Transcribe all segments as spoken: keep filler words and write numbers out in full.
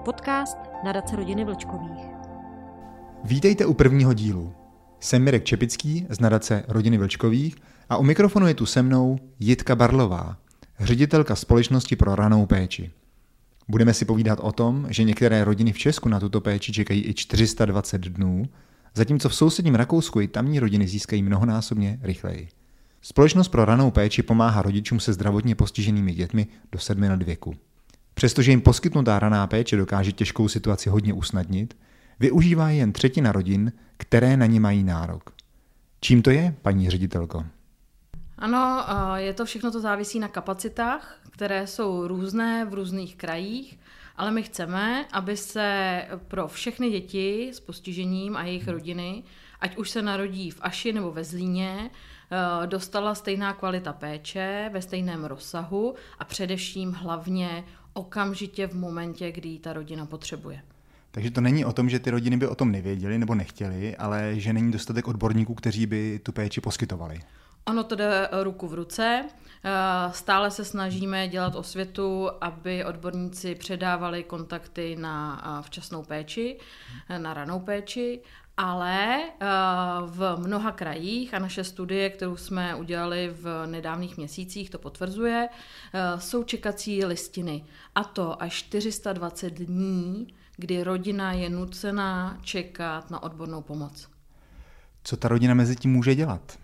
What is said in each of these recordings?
podcast Nadace rodiny Vlčkových. Vítejte u prvního dílu. Jsem Mirek Čepický z Nadace rodiny Vlčkových a u mikrofonu je tu se mnou Jitka Barlová, ředitelka Společnosti pro ranou péči. Budeme si povídat o tom, že některé rodiny v Česku na tuto péči čekají i čtyři sta dvacet dnů, zatímco v sousedním Rakousku i tamní rodiny získají mnohonásobně rychleji. Společnost pro ranou péči pomáhá rodičům se zdravotně postiženými dětmi do sedmi let věku. Přestože jim poskytnutá raná péče dokáže těžkou situaci hodně usnadnit, využívá jen třetina rodin, které na ně mají nárok. Čím to je, paní ředitelko? Ano, je to všechno, to závisí na kapacitách, které jsou různé v různých krajích, ale my chceme, aby se pro všechny děti s postižením a jejich rodiny, ať už se narodí v Aši nebo ve Zlíně, dostala stejná kvalita péče ve stejném rozsahu a především hlavně okamžitě v momentě, kdy ji ta rodina potřebuje. Takže to není o tom, že ty rodiny by o tom nevěděly nebo nechtěly, ale že není dostatek odborníků, kteří by tu péči poskytovali. Ono to jde ruku v ruce. Stále se snažíme dělat osvětu, aby odborníci předávali kontakty na včasnou péči, na ranou péči, ale v mnoha krajích, a naše studie, kterou jsme udělali v nedávných měsících, to potvrzuje, jsou čekací listiny. A to až čtyři sta dvacet dní, kdy rodina je nucená čekat na odbornou pomoc. Co ta rodina mezi tím může dělat?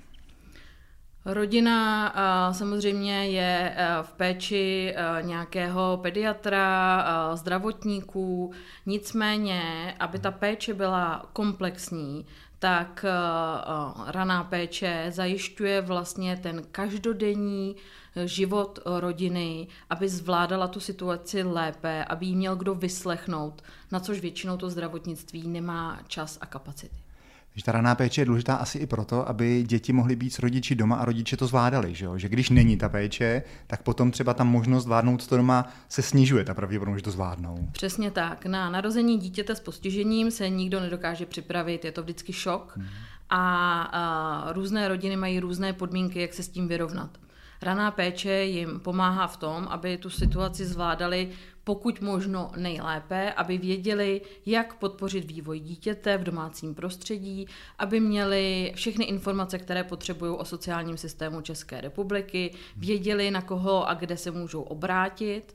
Rodina samozřejmě je v péči nějakého pediatra, zdravotníků, nicméně, aby ta péče byla komplexní, tak raná péče zajišťuje vlastně ten každodenní život rodiny, aby zvládala tu situaci lépe, aby jí měl kdo vyslechnout, na což většinou to zdravotnictví nemá čas a kapacity. Takže ta raná péče je důležitá asi i proto, aby děti mohly být s rodiči doma a rodiče to zvládali, že jo? Že když není ta péče, tak potom třeba ta možnost zvládnout to doma se snižuje, ta pravděpodobnost, že to zvládnou. Přesně tak. Na narození dítěte s postižením se nikdo nedokáže připravit, je to vždycky šok hmm. a, a různé rodiny mají různé podmínky, jak se s tím vyrovnat. Raná péče jim pomáhá v tom, aby tu situaci zvládali pokud možno nejlépe, aby věděli, jak podpořit vývoj dítěte v domácím prostředí, aby měli všechny informace, které potřebují o sociálním systému České republiky, věděli, na koho a kde se můžou obrátit.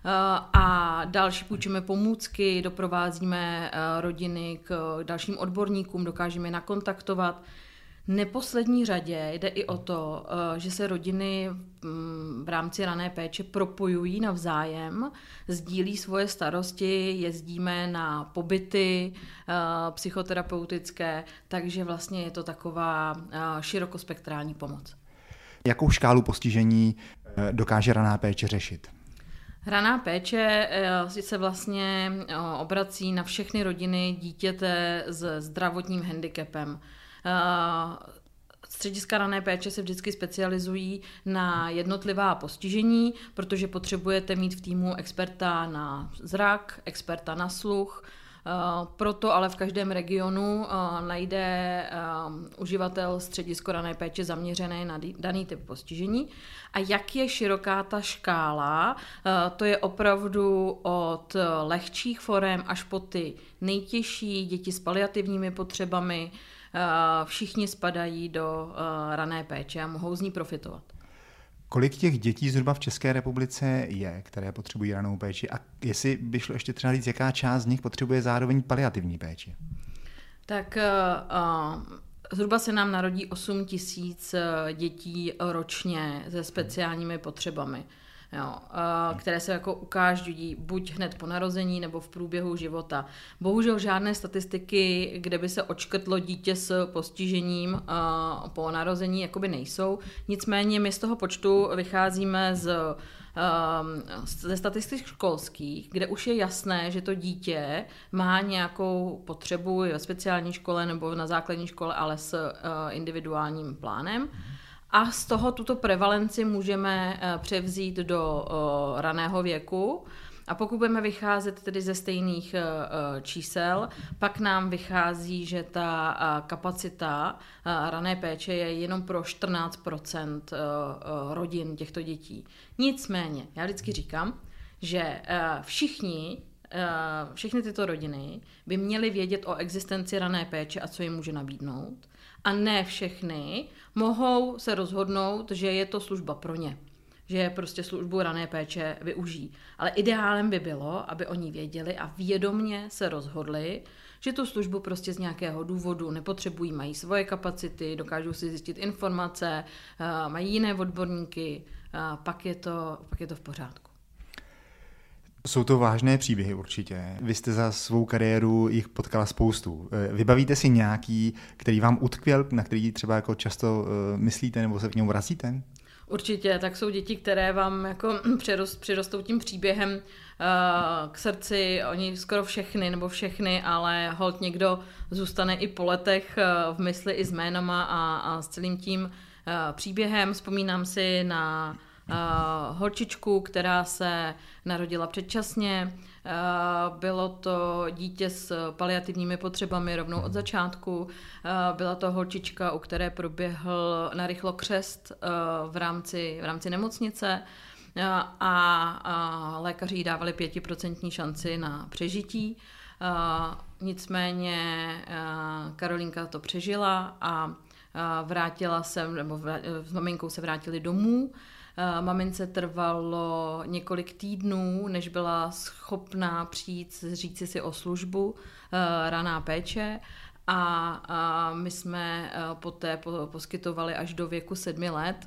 A další půjčíme pomůcky, doprovázíme rodiny k dalším odborníkům, dokážeme je nakontaktovat. V neposlední řadě jde i o to, že se rodiny v rámci rané péče propojují navzájem, sdílí svoje starosti, jezdíme na pobyty psychoterapeutické, takže vlastně je to taková širokospektrální pomoc. Jakou škálu postižení dokáže raná péče řešit? Raná péče se vlastně obrací na všechny rodiny dítěte s zdravotním handicapem. Střediska rané péče se vždycky specializují na jednotlivá postižení, protože potřebujete mít v týmu experta na zrak, experta na sluch. Proto ale v každém regionu najde uživatel středisko rané péče zaměřené na daný typ postižení. A jak je široká ta škála, to je opravdu od lehčích forem až po ty nejtěžší, děti s paliativními potřebami. Všichni spadají do rané péče a mohou z ní profitovat. Kolik těch dětí zhruba v České republice je, které potřebují ranou péči? A jestli by šlo ještě třeba říct, jaká část z nich potřebuje zároveň paliativní péči? Tak uh, zhruba se nám narodí osm tisíc dětí ročně se speciálními potřebami. Jo, které se jako ukáží buď hned po narození nebo v průběhu života. Bohužel žádné statistiky, kde by se odškrtlo dítě s postižením po narození, jakoby nejsou. Nicméně my z toho počtu vycházíme z, ze statistik školských, kde už je jasné, že to dítě má nějakou potřebu ve speciální škole nebo na základní škole, ale s individuálním plánem. A z toho tuto prevalenci můžeme převzít do raného věku. A pokud budeme vycházet tedy ze stejných čísel, pak nám vychází, že ta kapacita rané péče je jenom pro čtrnáct procent rodin těchto dětí. Nicméně, já vždycky říkám, že všichni všechny tyto rodiny by měly vědět o existenci rané péče a co jim může nabídnout. A ne všechny mohou se rozhodnout, že je to služba pro ně. Že prostě službu rané péče využijí. Ale ideálem by bylo, aby oni věděli a vědomně se rozhodli, že tu službu prostě z nějakého důvodu nepotřebují, mají svoje kapacity, dokážou si zjistit informace, mají jiné odborníky, pak je to, pak je to v pořádku. Jsou to vážné příběhy určitě. Vy jste za svou kariéru jich potkala spoustu. Vybavíte si nějaký, který vám utkvěl, na který třeba jako často myslíte nebo se k němu vracíte? Určitě, tak jsou děti, které vám jako přirost, přirostou tím příběhem uh, k srdci, oni skoro všechny nebo všechny, ale holt někdo zůstane i po letech uh, v mysli i s jménama a, a s celým tím uh, příběhem. Vzpomínám si na Uh, holčičku, která se narodila předčasně. Uh, bylo to dítě s paliativními potřebami rovnou od začátku. Uh, byla to holčička, u které proběhl narychlo křest uh, v rámci, v rámci nemocnice uh, a, a lékaři jí dávali pětiprocentní šanci na přežití. Uh, nicméně uh, Karolinka to přežila a uh, vrátila se, nebo vrát, s maminkou se vrátili domů. Mamince trvalo několik týdnů, než byla schopná přijít říci si o službu raná péče a, a my jsme poté poskytovali až do věku sedmi let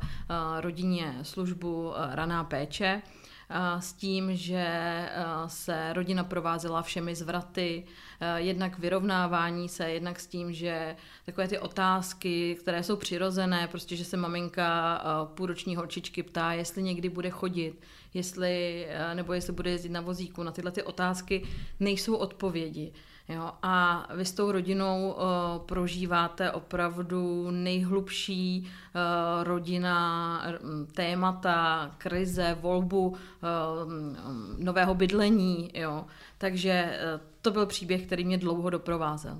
rodině službu raná péče s tím, že se rodina provázela všemi zvraty, jednak vyrovnávání se, jednak s tím, že takové ty otázky, které jsou přirozené, prostě, že se maminka půlroční holčičky ptá, jestli někdy bude chodit, jestli, nebo jestli bude jezdit na vozíku, na tyhle ty otázky nejsou odpovědi. Jo, a vy s tou rodinou uh, prožíváte opravdu nejhlubší uh, rodina, témata, krize, volbu uh, nového bydlení. Jo. Takže uh, to byl příběh, který mě dlouho doprovázel.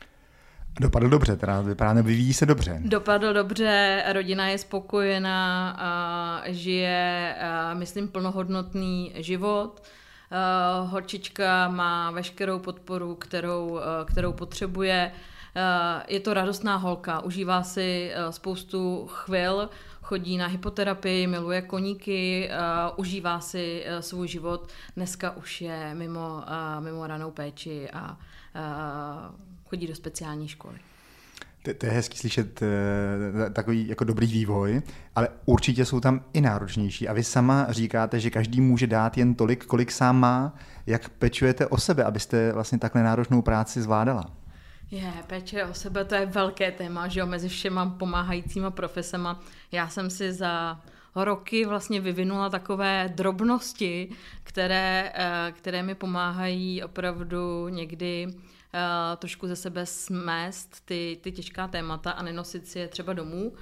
Dopadl dobře, teda vypadá, vyvíjí se dobře. Dopadl dobře, rodina je spokojená, uh, žije, uh, myslím, plnohodnotný život. Uh, holčička má veškerou podporu, kterou, uh, kterou potřebuje. Uh, je to radostná holka, užívá si uh, spoustu chvil, chodí na hypoterapii, miluje koníky, uh, užívá si uh, svůj život. Dneska už je mimo, uh, mimo ranou péči a uh, chodí do speciální školy. To je hezký slyšet takový jako dobrý vývoj, ale určitě jsou tam i náročnější. A vy sama říkáte, že každý může dát jen tolik, kolik sám má. Jak pečujete o sebe, abyste vlastně takhle náročnou práci zvládala? Je, péče o sebe, to je velké téma, že jo, mezi všema pomáhajícíma profesema. Já jsem si za roky vlastně vyvinula takové drobnosti, které, které mi pomáhají opravdu někdy Uh, trošku ze sebe smést ty, ty těžká témata a nenosit si je třeba domů. Uh,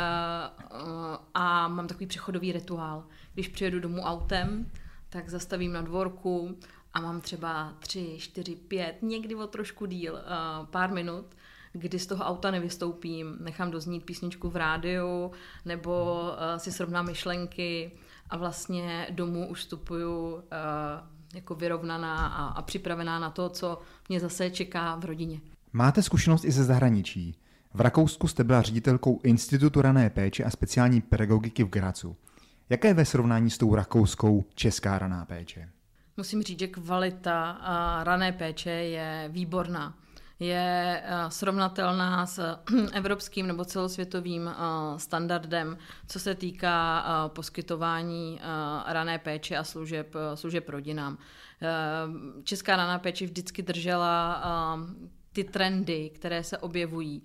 uh, a mám takový přechodový rituál. Když přijedu domů autem, tak zastavím na dvorku a mám třeba tři, čtyři, pět, někdy o trošku díl, uh, pár minut, kdy z toho auta nevystoupím, nechám doznít písničku v rádiu nebo uh, si srovnám myšlenky a vlastně domů už vstupuju uh, jako vyrovnaná a, a připravená na to, co mě zase čeká v rodině. Máte zkušenost i ze zahraničí. V Rakousku jste byla ředitelkou Institutu rané péče a speciální pedagogiky v Grazu. Jaké je ve srovnání s tou rakouskou česká raná péče? Musím říct, že kvalita rané péče je výborná. Je srovnatelná s evropským nebo celosvětovým standardem, co se týká poskytování rané péče a služeb, služeb rodinám. Česká raná péče vždycky držela ty trendy, které se objevují.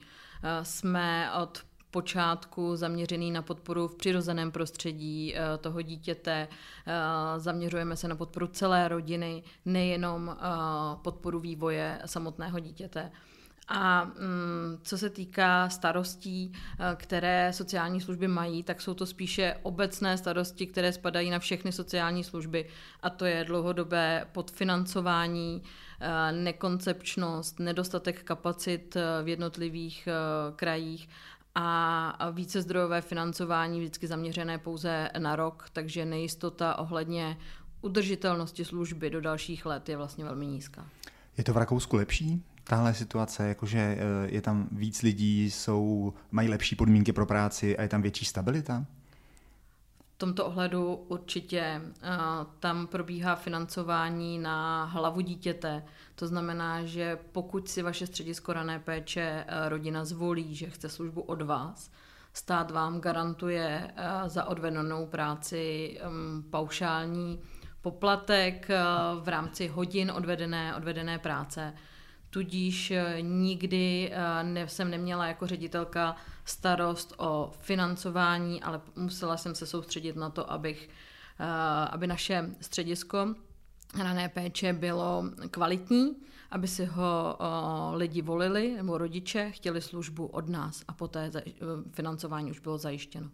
Jsme od počátku zaměřený na podporu v přirozeném prostředí toho dítěte. Zaměřujeme se na podporu celé rodiny, nejenom podporu vývoje samotného dítěte. A co se týká starostí, které sociální služby mají, tak jsou to spíše obecné starosti, které spadají na všechny sociální služby. A to je dlouhodobé podfinancování, nekoncepčnost, nedostatek kapacit v jednotlivých krajích a vícezdrojové financování vždycky zaměřené pouze na rok, takže nejistota ohledně udržitelnosti služby do dalších let je vlastně velmi nízká. Je to v Rakousku lepší? Tahle situace, jakože je tam víc lidí, jsou, mají lepší podmínky pro práci a je tam větší stabilita? V tomto ohledu určitě tam probíhá financování na hlavu dítěte. To znamená, že pokud si vaše středisko rané péče rodina zvolí, že chce službu od vás, stát vám garantuje za odvedenou práci paušální poplatek v rámci hodin odvedené, odvedené práce. Tudíž nikdy ne, jsem neměla jako ředitelka starost o financování, ale musela jsem se soustředit na to, abych, aby naše středisko rané péče bylo kvalitní, aby si ho lidi volili, nebo rodiče chtěli službu od nás a poté financování už bylo zajištěno.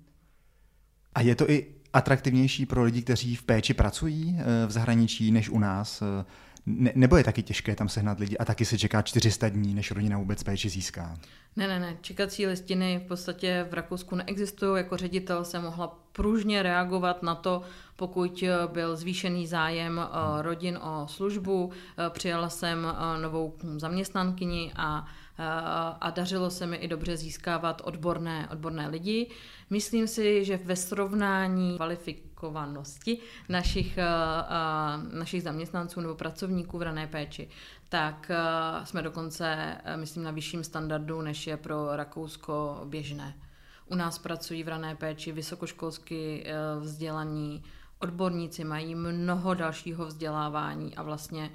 A je to i atraktivnější pro lidi, kteří v péči pracují v zahraničí, než u nás? Ne, nebo je taky těžké tam sehnat lidi a taky se čeká čtyři sta dní, než rodina vůbec péči získá? Ne, ne, ne. Čekací listiny v podstatě v Rakousku neexistují. Jako ředitel jsem mohla pružně reagovat na to, pokud byl zvýšený zájem rodin o službu. Přijala jsem novou zaměstnankyni a, a dařilo se mi i dobře získávat odborné, odborné lidi. Myslím si, že ve srovnání kvalifikovanosti našich, našich zaměstnanců nebo pracovníků v rané péči, tak jsme dokonce, myslím, na vyšším standardu, než je pro Rakousko běžné. U nás pracují v rané péči vysokoškolsky vzdělaní odborníci, mají mnoho dalšího vzdělávání a vlastně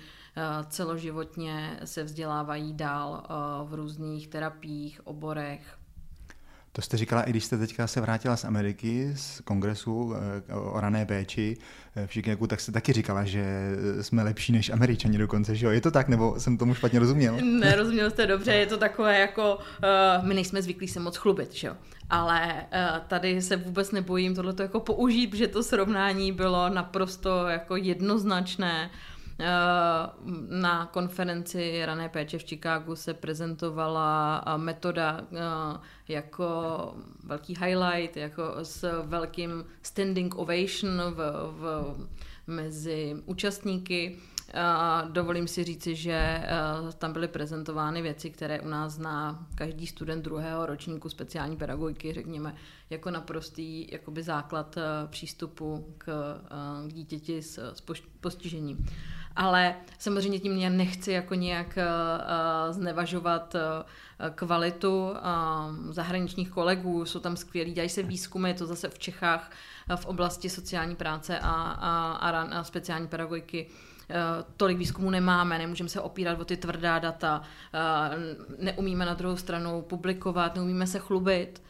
celoživotně se vzdělávají dál v různých terapiích, oborech. To jste říkala, i když jste teďka se vrátila z Ameriky, z kongresu o rané péči v Chicagu, tak jste taky říkala, že jsme lepší než Američani dokonce, že jo? Je to tak, nebo jsem tomu špatně rozuměl? Nerozuměl jste dobře, je to takové jako, uh, my nejsme zvyklí se moc chlubit, že jo? Ale uh, tady se vůbec nebojím tohleto jako použít, protože to srovnání bylo naprosto jako jednoznačné. Na konferenci rané péče v Chicagu se prezentovala metoda jako velký highlight, jako s velkým standing ovation v, v, mezi účastníky. Dovolím si říci, že tam byly prezentovány věci, které u nás zná každý student druhého ročníku speciální pedagogiky, řekněme, jako naprostý jakoby základ přístupu k, k dítěti s, s postižením. Ale samozřejmě tím já nechci jako nějak uh, znevažovat uh, kvalitu uh, zahraničních kolegů, jsou tam skvělí, dělají se výzkumy, je to zase v Čechách uh, v oblasti sociální práce a, a, a, a speciální pedagogiky. Uh, tolik výzkumů nemáme, nemůžeme se opírat o ty tvrdá data, uh, neumíme na druhou stranu publikovat, neumíme se chlubit.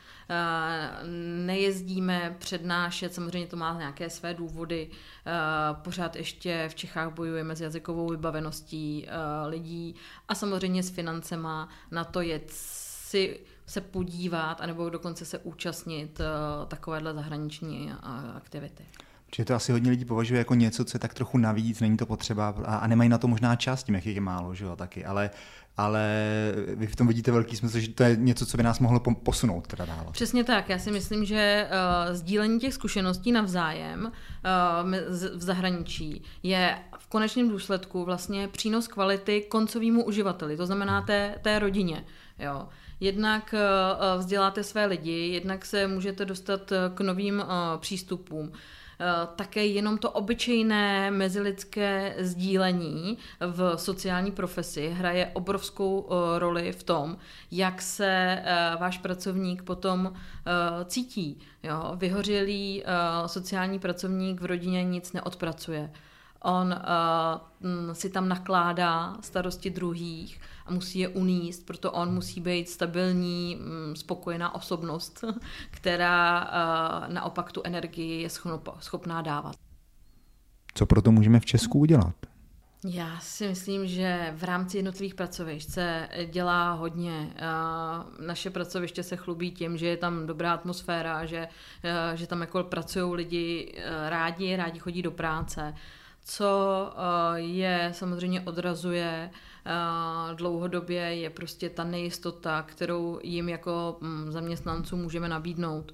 Nejezdíme přednášet, samozřejmě to má nějaké své důvody, pořád ještě v Čechách bojujeme s jazykovou vybaveností lidí a samozřejmě s financema na to jet si se podívat anebo dokonce se účastnit takovéhle zahraniční aktivity. Protože to asi hodně lidí považuje jako něco, co je tak trochu navíc, není to potřeba a, a nemají na to možná čas, tím, jak je málo, že jo, taky, ale, ale vy v tom vidíte velký smysl, že to je něco, co by nás mohlo posunout teda dál. Přesně tak, já si myslím, že uh, sdílení těch zkušeností navzájem uh, v zahraničí je v konečném důsledku vlastně přínos kvality koncovému uživateli, to znamená té, té rodině, jo. Jednak uh, vzděláte své lidi, jednak se můžete dostat k novým uh, přístupům. Také jenom to obyčejné mezilidské sdílení v sociální profesi hraje obrovskou roli v tom, jak se váš pracovník potom cítí. Jo? Vyhořelý sociální pracovník v rodině nic neodpracuje. On uh, si tam nakládá starosti druhých a musí je unést, proto on musí být stabilní, um, spokojená osobnost, která uh, naopak tu energii je schopná dávat. Co proto můžeme v Česku udělat? Já si myslím, že v rámci jednotlivých pracovišť se dělá hodně. Naše pracoviště se chlubí tím, že je tam dobrá atmosféra, že, že tam jako pracují lidi rádi, rádi chodí do práce. Co je samozřejmě odrazuje dlouhodobě, je prostě ta nejistota, kterou jim jako zaměstnancům můžeme nabídnout.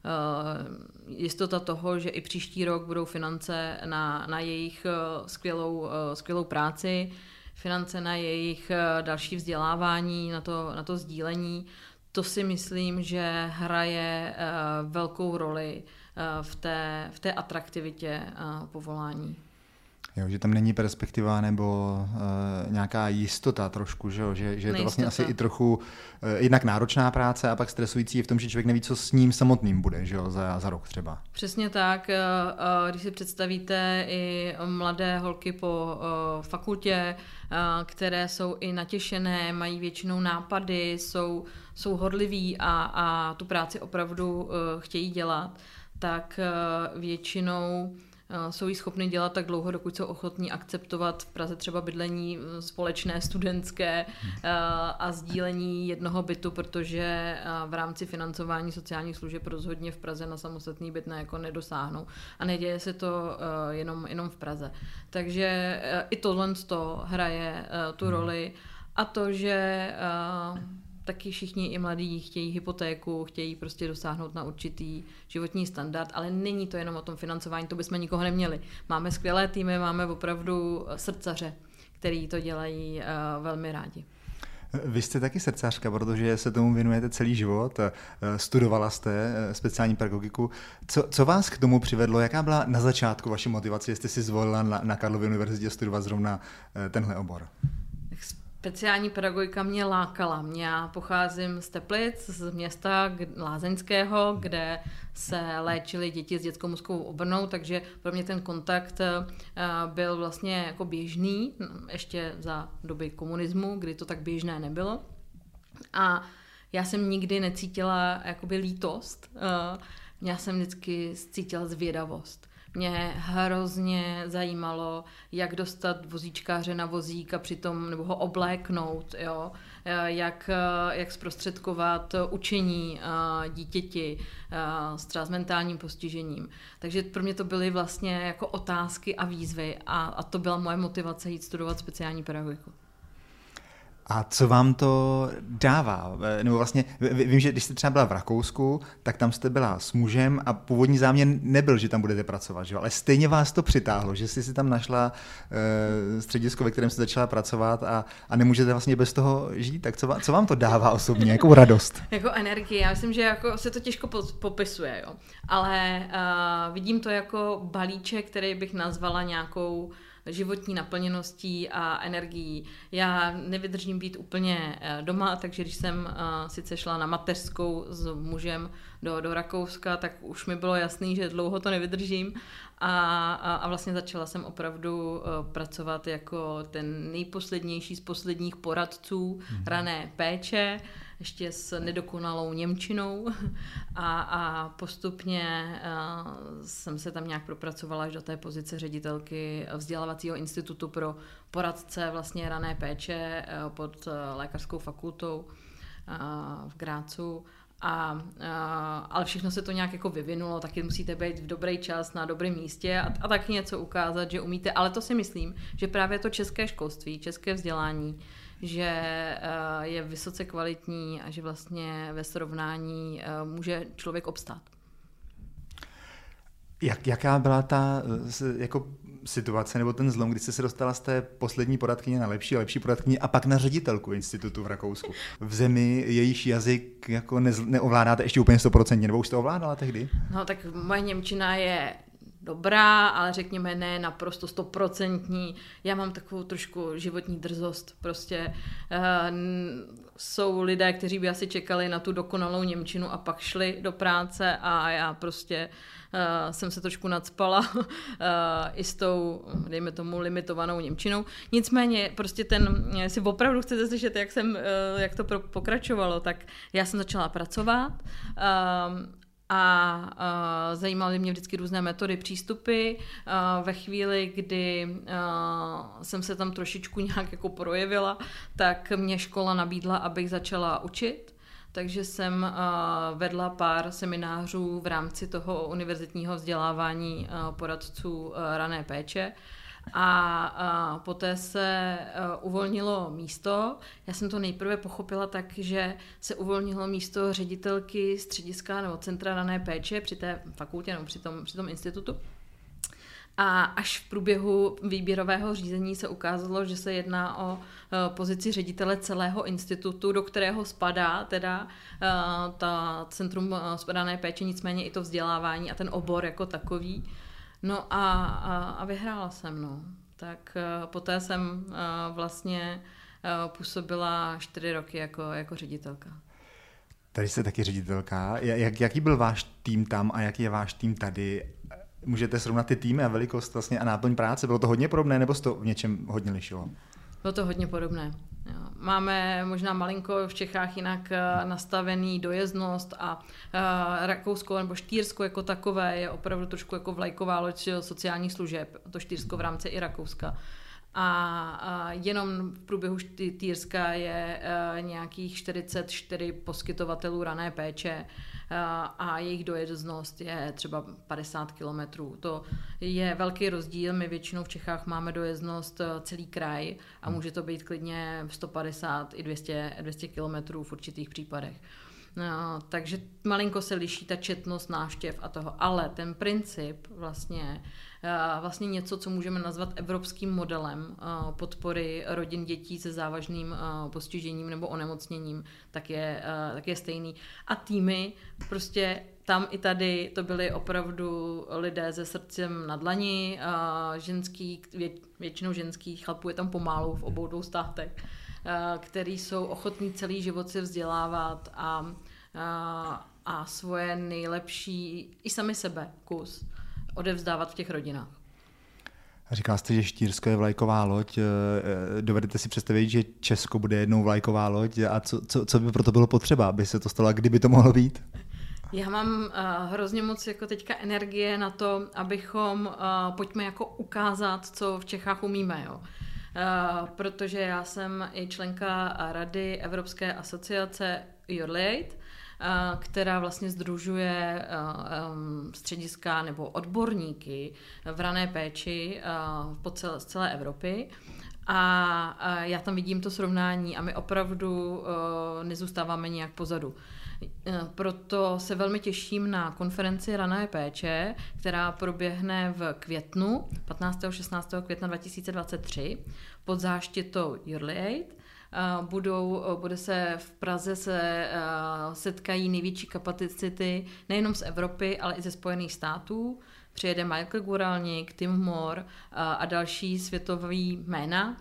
jistota toho, že i příští rok budou finance na, na jejich skvělou, skvělou práci, finance na jejich další vzdělávání, na to, na to sdílení. To si myslím, že hraje velkou roli v té, v té atraktivitě povolání. Jo, že tam není perspektiva nebo uh, nějaká jistota trošku, že, jo? že, že je to vlastně asi i trochu uh, jednak náročná práce a pak stresující je v tom, že člověk neví, co s ním samotným bude, že jo? Za, za rok třeba. Přesně tak. Uh, když si představíte i mladé holky po uh, fakultě, uh, které jsou i natěšené, mají většinou nápady, jsou, jsou horliví a, a tu práci opravdu uh, chtějí dělat, tak uh, většinou jsou jí schopni dělat tak dlouho, dokud jsou ochotní akceptovat v Praze třeba bydlení společné, studentské a sdílení jednoho bytu, protože v rámci financování sociálních služeb rozhodně v Praze na samostatný byt ne, jako nedosáhnou. A neděje se to jenom, jenom v Praze. Takže i tohle hraje tu roli a to, že taky všichni i mladí chtějí hypotéku, chtějí prostě dosáhnout na určitý životní standard, ale není to jenom o tom financování, to bychom nikoho neměli. Máme skvělé týmy, máme opravdu srdcaře, který to dělají uh, velmi rádi. Vy jste taky srdcařka, protože se tomu věnujete celý život, studovala jste speciální pedagogiku. Co, co vás k tomu přivedlo? Jaká byla na začátku vaše motivace, jestli si zvolila na, na Karlově univerzitě studovat zrovna tenhle obor? Speciální pedagogika mě lákala. Já pocházím z Teplic, z města Lázeňského, kde se léčily děti s dětskou mozkovou obrnou, takže pro mě ten kontakt byl vlastně jako běžný, ještě za doby komunismu, kdy to tak běžné nebylo. A já jsem nikdy necítila jakoby lítost, já jsem vždycky cítila zvědavost. Mě hrozně zajímalo, jak dostat vozíčkáře na vozík a přitom, nebo ho obléknout, jo? Jak, jak zprostředkovat učení dítěti s třeba s mentálním postižením. Takže pro mě to byly vlastně jako otázky a výzvy a, a to byla moje motivace jít studovat speciální pedagogiku. A co vám to dává? Nebo vlastně, vím, že když jste třeba byla v Rakousku, tak tam jste byla s mužem a původní záměr nebyl, že tam budete pracovat, že? Ale stejně vás to přitáhlo, že jste si tam našla uh, středisko, ve kterém jste začala pracovat a, a nemůžete vlastně bez toho žít. Tak co, co vám to dává osobně? Jakou radost? Jako energii. Já myslím, že jako se to těžko popisuje, jo. Ale uh, vidím to jako balíček, který bych nazvala nějakou životní naplněností a energií. Já nevydržím být úplně doma, takže když jsem uh, sice šla na mateřskou s mužem do, do Rakouska, tak už mi bylo jasný, že dlouho to nevydržím a, a, a vlastně začala jsem opravdu uh, pracovat jako ten nejposlednější z posledních poradců mm. rané péče, ještě s nedokonalou němčinou a, a postupně uh, jsem se tam nějak propracovala až do té pozice ředitelky vzdělávacího institutu pro poradce vlastně rané péče uh, pod uh, lékařskou fakultou uh, v Grácu. A, uh, ale všechno se to nějak jako vyvinulo, taky musíte být v dobrý čas na dobrém místě a, a taky něco ukázat, že umíte, ale to si myslím, že právě to české školství, české vzdělání, že uh, je vysoce kvalitní a že vlastně ve srovnání uh, může člověk obstát. Jak, jaká byla ta jako situace nebo ten zlom, kdy jste se dostala z té poslední poradkyně na lepší a lepší poradkyně a pak na ředitelku institutu v Rakousku? V zemi, jejíž jazyk jako ne, neovládáte ještě úplně sto procent, nebo už jste ovládala tehdy? No tak moje němčina je dobrá, ale řekněme ne naprosto stoprocentní. Já mám takovou trošku životní drzost. Prostě uh, jsou lidé, kteří by asi čekali na tu dokonalou němčinu a pak šli do práce a já prostě uh, jsem se trošku nacpala uh, i s tou, dejme tomu, limitovanou němčinou. Nicméně prostě ten, jestli opravdu chcete slyšet, jak, jsem, uh, jak to pro, pokračovalo, tak já jsem začala pracovat uh, a uh, zajímaly mě vždycky různé metody, přístupy. Uh, ve chvíli, kdy uh, jsem se tam trošičku nějak jako projevila, tak mě škola nabídla, abych začala učit. Takže jsem uh, vedla pár seminářů v rámci toho univerzitního vzdělávání uh, poradců uh, rané péče. A, a poté se uh, uvolnilo místo. Já jsem to nejprve pochopila tak, že se uvolnilo místo ředitelky střediska nebo centra rané péče při té fakultě nebo při tom, při tom institutu. A až v průběhu výběrového řízení se ukázalo, že se jedná o pozici ředitele celého institutu, do kterého spadá teda ta centrum rané péče, nicméně i to vzdělávání a ten obor jako takový. No a, a, a vyhrála jsem, no. Tak poté jsem vlastně působila čtyři roky jako, jako ředitelka. Tady jste taky ředitelka. Jak, jaký byl váš tým tam a jaký je váš tým tady? Můžete srovnat ty týmy a velikost vlastně a náplň práce? Bylo to hodně podobné, nebo se to v něčem hodně lišilo? Bylo to hodně podobné. Jo. Máme možná malinko v Čechách jinak nastavený dojezdnost a uh, Rakousko nebo Štýrsko jako takové je opravdu trošku jako vlajková loď sociálních služeb. To Štýrsko v rámci i Rakouska. A, a jenom v průběhu Štýrska je uh, nějakých čtyřicet čtyři poskytovatelů rané péče uh, a jejich dojezdnost je třeba padesát kilometrů. To je velký rozdíl. My většinou v Čechách máme dojezdnost uh, celý kraj a může to být klidně sto padesát i dvě stě, dvě stě kilometrů v určitých případech. No, takže malinko se liší ta četnost návštěv a toho, ale ten princip vlastně, vlastně něco, co můžeme nazvat evropským modelem podpory rodin dětí se závažným postižením nebo onemocněním, tak je, tak je stejný. A týmy prostě tam i tady to byly opravdu lidé se srdcem na dlani, ženský, vě, většinou ženských, chlapů je tam pomalu v obou dvou státech, který jsou ochotní celý život se vzdělávat a, a, a svoje nejlepší, i sami sebe, kus, odevzdávat v těch rodinách. Říkala jste, že Štýrsko je vlajková loď. Dovedete si představit, že Česko bude jednou vlajková loď? A co, co, co by proto bylo potřeba, aby se to stalo? Kdyby to mohlo být? Já mám uh, hrozně moc jako teďka energie na to, abychom, uh, pojďme jako ukázat, co v Čechách umíme, jo. Uh, protože já jsem i členka rady Evropské asociace Your Aid, uh, která vlastně sdružuje uh, um, střediska nebo odborníky v rané péči uh, po celé, z celé Evropy. A uh, já tam vidím to srovnání a my opravdu uh, nezůstáváme nějak pozadu. Proto se velmi těším na konferenci rané péče, která proběhne v květnu, patnáctého a šestnáctého května dva tisíce dvacet tři pod záštitou Your Aid. Budou, bude se v Praze se setkají největší kapacity nejenom z Evropy, ale i ze Spojených států. Přijede Michael Guralník, Tim Moore a další světový jména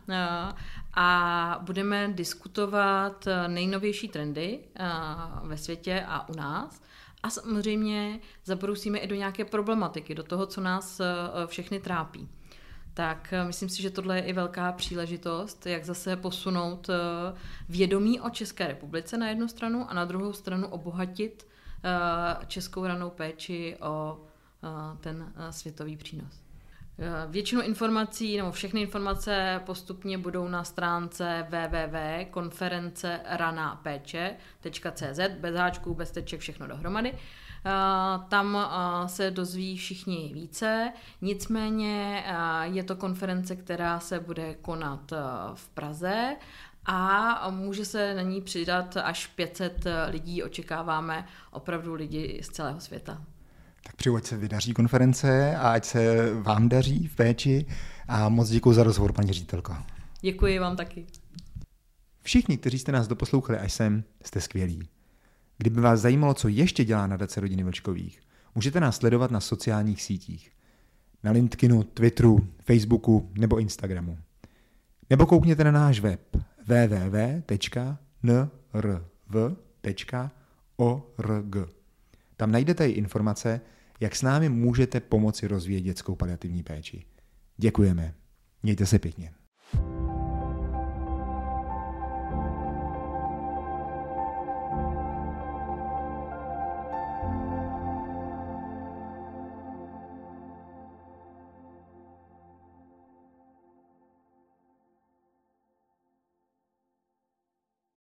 a budeme diskutovat nejnovější trendy ve světě a u nás. A samozřejmě zabrousíme i do nějaké problematiky, do toho, co nás všechny trápí. Tak myslím si, že tohle je i velká příležitost, jak zase posunout vědomí o České republice na jednu stranu a na druhou stranu obohatit českou ranou péči o ten světový přínos. Většinu informací, nebo všechny informace postupně budou na stránce w w w tečka konference rana péče tečka c z, bez háčků, bez teček, všechno dohromady. Tam se dozví všichni více, nicméně je to konference, která se bude konat v Praze a může se na ní přidat až pět set lidí, očekáváme opravdu lidi z celého světa. Tak přeju, ať se vydaří konference a ať se vám daří v péči a moc děkuji za rozhovor, paní ředitelko. Děkuji vám taky. Všichni, kteří jste nás doposlouchali až sem, jste skvělí. Kdyby vás zajímalo, co ještě dělá nadace rodiny Vlčkových, můžete nás sledovat na sociálních sítích. Na LinkedInu, Twitteru, Facebooku nebo Instagramu. Nebo koukněte na náš web w w w tečka n r v tečka org. Tam najdete i informace, jak s námi můžete pomoci rozvíjet dětskou paliativní péči. Děkujeme. Mějte se pěkně.